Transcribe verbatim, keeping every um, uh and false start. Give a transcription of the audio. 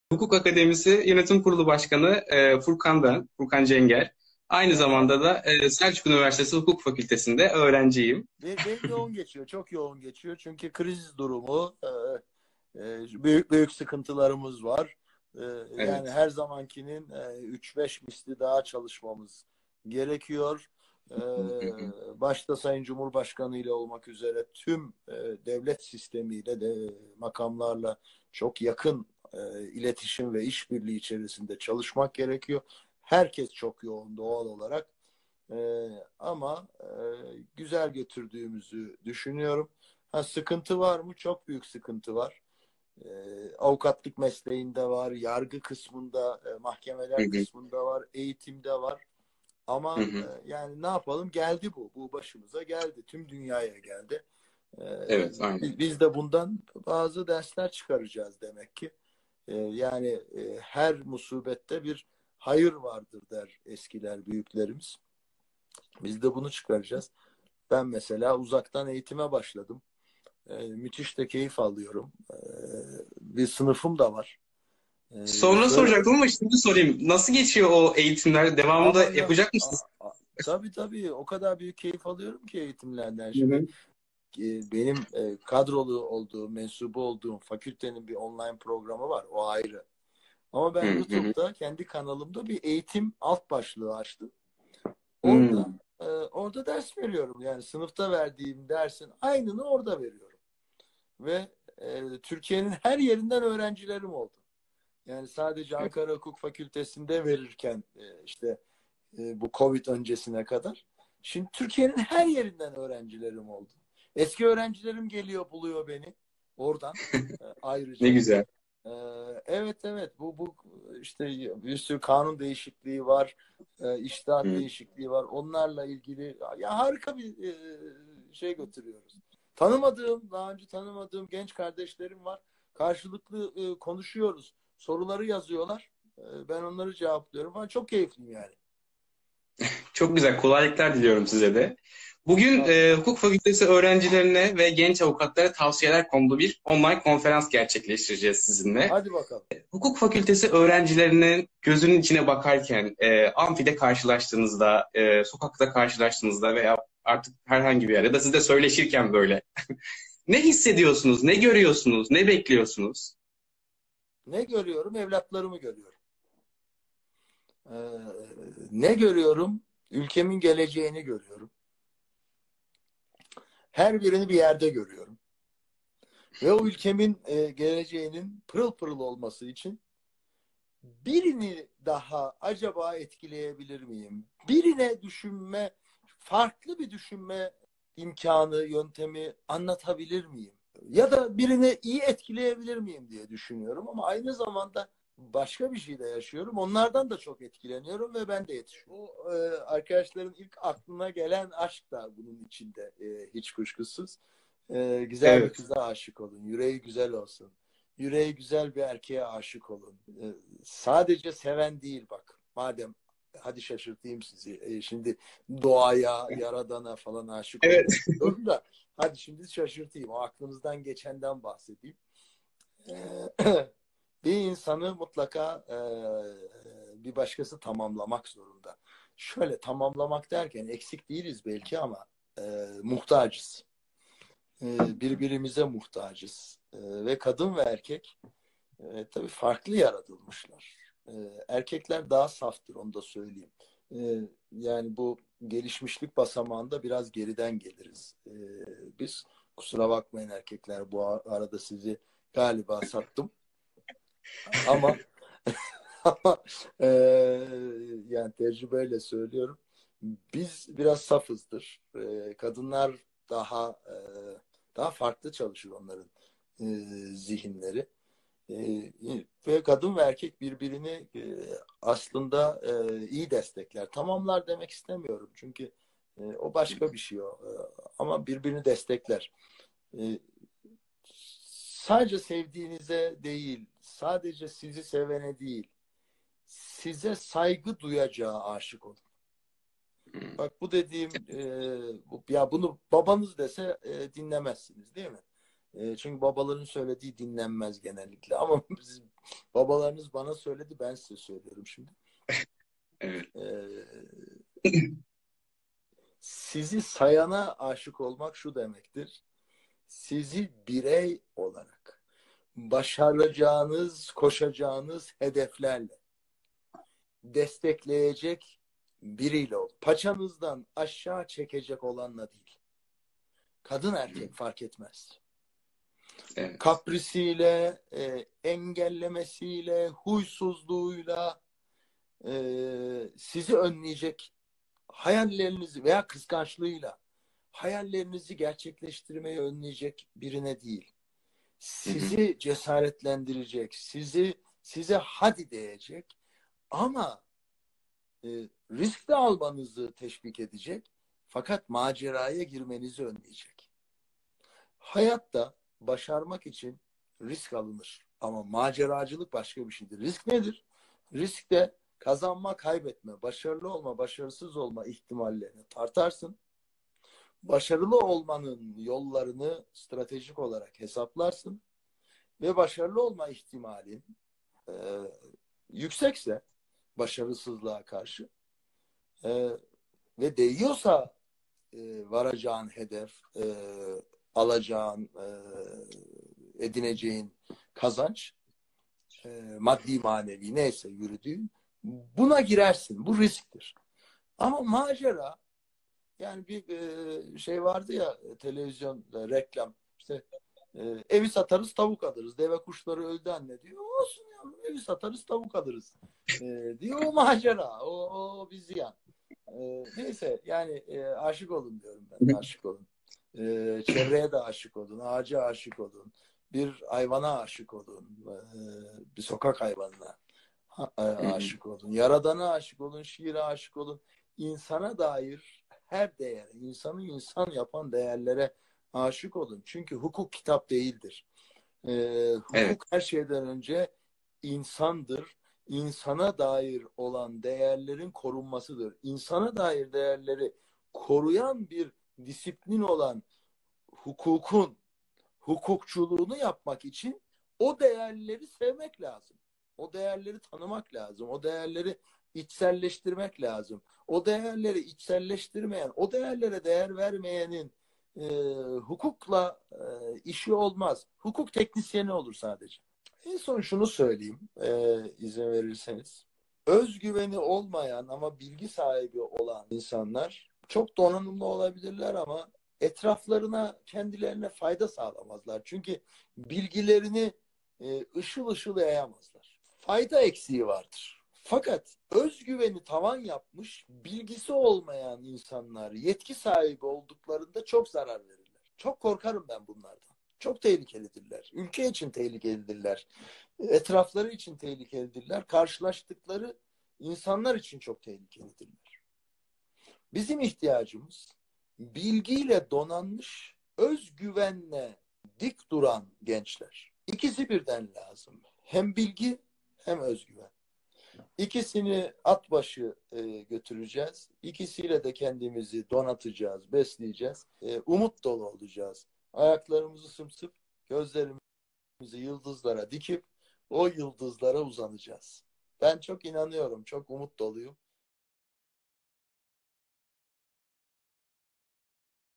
Hukuk Akademisi Yönetim Kurulu Başkanı e, Furkan ben, Furkan Cenger. Aynı Merhaba. zamanda da e, Selçuk Üniversitesi Hukuk Fakültesi'nde öğrenciyim. Be- Benim yoğun geçiyor, çok yoğun geçiyor. Çünkü kriz durumu, e, e, büyük büyük sıkıntılarımız var. E, Yani Evet. her zamankinin e, üç beş misli daha çalışmamız gerekiyor. E, Başta Sayın Cumhurbaşkanı ile olmak üzere tüm e, devlet sistemiyle de makamlarla çok yakın e, iletişim ve işbirliği içerisinde çalışmak gerekiyor. Herkes çok yoğun doğal olarak. Ee, ama e, güzel götürdüğümüzü düşünüyorum. Ha, sıkıntı var mı? Çok büyük sıkıntı var. Ee, avukatlık mesleğinde var, yargı kısmında, e, Hı mahkemeler hı, kısmında var, eğitimde var. hı Ama hı. e, yani ne yapalım? Geldi bu. Bu başımıza geldi. Tüm dünyaya geldi. Ee, Evet, aynen. biz, biz de bundan bazı dersler çıkaracağız demek ki. Ee, yani e, her musibette bir hayır vardır der eskiler, büyüklerimiz. Biz de bunu çıkaracağız. Ben mesela uzaktan eğitime başladım. Ee, müthiş de keyif alıyorum. Ee, bir sınıfım da var. Ee, Sonra şöyle soracaktım ama şimdi sorayım. Nasıl geçiyor o eğitimler? Devamında aman ya, yapacak a- mısınız? a- tabii tabii o kadar büyük keyif alıyorum ki eğitimlerden. Hı Şimdi hı, e, benim e, kadrolu olduğum, mensubu olduğum fakültenin bir online programı var. O ayrı. Ama ben hı hı, YouTube'da kendi kanalımda bir eğitim alt başlığı açtım. hı. Orada e, orada ders veriyorum. Yani sınıfta verdiğim dersin aynını orada veriyorum. Ve e, Türkiye'nin her yerinden öğrencilerim oldu. Yani sadece Evet. Ankara Hukuk Fakültesi'nde verirken e, işte e, bu Covid öncesine kadar. Şimdi Türkiye'nin her yerinden öğrencilerim oldu. Eski öğrencilerim geliyor buluyor beni oradan e, Ne ayrıca. güzel. Ee, evet evet bu bu işte bir sürü kanun değişikliği var, e, iştahat Hı. değişikliği var. Onlarla ilgili ya harika bir e, şey götürüyoruz. Tanımadığım, daha önce tanımadığım genç kardeşlerim var. Karşılıklı e, konuşuyoruz. Soruları yazıyorlar. E, ben onları cevaplıyorum falan. Çok keyifliyim yani. Çok güzel. Kolaylıklar diliyorum size de. Bugün Sağ olun. e, hukuk fakültesi öğrencilerine ve genç avukatlara tavsiyeler konulu bir online konferans gerçekleştireceğiz sizinle. Hadi bakalım. Hukuk fakültesi öğrencilerinin gözünün içine bakarken, e, amfide karşılaştığınızda, e, sokakta karşılaştığınızda veya artık herhangi bir yerde ya da siz de söyleşirken böyle ne hissediyorsunuz, ne görüyorsunuz, ne bekliyorsunuz? Ne görüyorum? Evlatlarımı görüyorum. Ee, Ne görüyorum? Ülkemin geleceğini görüyorum. Her birini bir yerde görüyorum. Ve o ülkemin e, geleceğinin pırıl pırıl olması için birini daha acaba etkileyebilir miyim? Birine düşünme, farklı bir düşünme imkanı, yöntemi anlatabilir miyim? Ya da birini iyi etkileyebilir miyim diye düşünüyorum ama aynı zamanda başka bir şey de yaşıyorum. Onlardan da çok etkileniyorum ve ben de yetişiyorum. O e, arkadaşların ilk aklına gelen aşk da bunun içinde e, hiç kuşkusuz. E, güzel bir Evet. kıza aşık olun, yüreği güzel olsun. Yüreği güzel bir erkeğe aşık olun. E, sadece seven değil bak. Madem hadi şaşırtayım sizi. E, şimdi doğaya, yaradana falan aşık Evet. olun diyorum da hadi şimdi şaşırtayım. O aklınızdan geçenden bahsedeyim. Ee, Bir insanı mutlaka e, bir başkası tamamlamak zorunda. Şöyle tamamlamak derken eksik değiliz belki ama e, muhtacız. E, birbirimize muhtacız. E, ve kadın ve erkek e, tabii farklı yaratılmışlar. E, erkekler daha saftır onu da söyleyeyim. E, Yani bu gelişmişlik basamağında biraz geriden geliriz. E, biz kusura bakmayın erkekler bu arada sizi galiba sattım. Ama ama e, yani tecrübeyle söylüyorum. Biz biraz safızdır. E, kadınlar daha e, daha farklı çalışır onların e, zihinleri. E, Ve kadın ve erkek birbirini e, aslında e, iyi destekler. Tamamlar demek istemiyorum çünkü e, o başka bir şey o. E, ama birbirini destekler. E, Sadece sevdiğinize değil, sadece sizi sevene değil, size saygı duyacağı aşık olun. Bak bu dediğim, e, bu, ya bunu babanız dese e, dinlemezsiniz değil mi? E, çünkü babaların söylediği dinlenmez genellikle. Ama biz Babalarınız bana söyledi, ben size söylüyorum şimdi. Evet. Ee, sizi sayana aşık olmak şu demektir: sizi birey olarak başaracağınız, koşacağınız hedeflerle destekleyecek biriyle ol. Paçanızdan aşağı çekecek olanla değil. Kadın erkek fark etmez. Evet. Kaprisiyle, e, engellemesiyle, huysuzluğuyla e, sizi önleyecek, hayallerinizi veya kıskançlığıyla hayallerinizi gerçekleştirmeyi önleyecek birine değil. Sizi cesaretlendirecek, sizi size hadi diyecek ama e, risk de almanızı teşvik edecek, fakat maceraya girmenizi önleyecek. Hayatta başarmak için risk alınır. Ama maceracılık başka bir şeydir. Risk nedir? Risk de kazanma, kaybetme, başarılı olma, başarısız olma ihtimallerini tartarsın. Başarılı olmanın yollarını stratejik olarak hesaplarsın. Ve başarılı olma ihtimalin e, yüksekse başarısızlığa karşı e, ve değiyorsa e, varacağın hedef, e, alacağın, e, edineceğin kazanç, e, maddi manevi neyse yürüdüğün, buna girersin. Bu risktir. Ama macera, yani bir e, şey vardı ya televizyonda reklam, işte e, evi satarız tavuk alırız. Deve kuşları öldü anne diyor. Olsun ya, evi satarız tavuk alırız. E, diyor o macera. O, o bir ziyan. E, neyse yani e, aşık olun diyorum ben. Aşık olun. E, çevreye de aşık olun. Ağaca aşık olun. Bir hayvana aşık olun. E, bir sokak hayvanına ha, e, aşık olun. Yaradana aşık olun. Şiire aşık olun. İnsana dair her değer, insanı insan yapan değerlere aşık olun. Çünkü hukuk kitap değildir. Ee, hukuk Evet. her şeyden önce insandır. İnsana dair olan değerlerin korunmasıdır. İnsana dair değerleri koruyan bir disiplin olan hukukun hukukçuluğunu yapmak için o değerleri sevmek lazım. O değerleri tanımak lazım. O değerleri içselleştirmek lazım. O değerleri içselleştirmeyen, o değerlere değer vermeyenin e, hukukla e, işi olmaz. Hukuk teknisyeni olur sadece. En son şunu söyleyeyim, e, izin verirseniz. Özgüveni olmayan ama bilgi sahibi olan insanlar çok donanımlı olabilirler ama etraflarına, kendilerine fayda sağlamazlar. Çünkü bilgilerini e, ışıl ışıl yayamazlar. Fayda eksiği vardır. Fakat özgüveni tavan yapmış, bilgisi olmayan insanlar yetki sahibi olduklarında çok zarar verirler. Çok korkarım ben bunlardan. Çok tehlikelidirler. Ülke için tehlikelidirler. Etrafları için tehlikelidirler. Karşılaştıkları insanlar için çok tehlikelidirler. Bizim ihtiyacımız bilgiyle donanmış, özgüvenle dik duran gençler. İkisi birden lazım. Hem bilgi hem özgüven. İkisini at başı e, götüreceğiz. İkisiyle de kendimizi donatacağız, besleyeceğiz. E, umut dolu olacağız. Ayaklarımızı sımsıp, gözlerimizi yıldızlara dikip o yıldızlara uzanacağız. Ben çok inanıyorum, çok umut doluyum.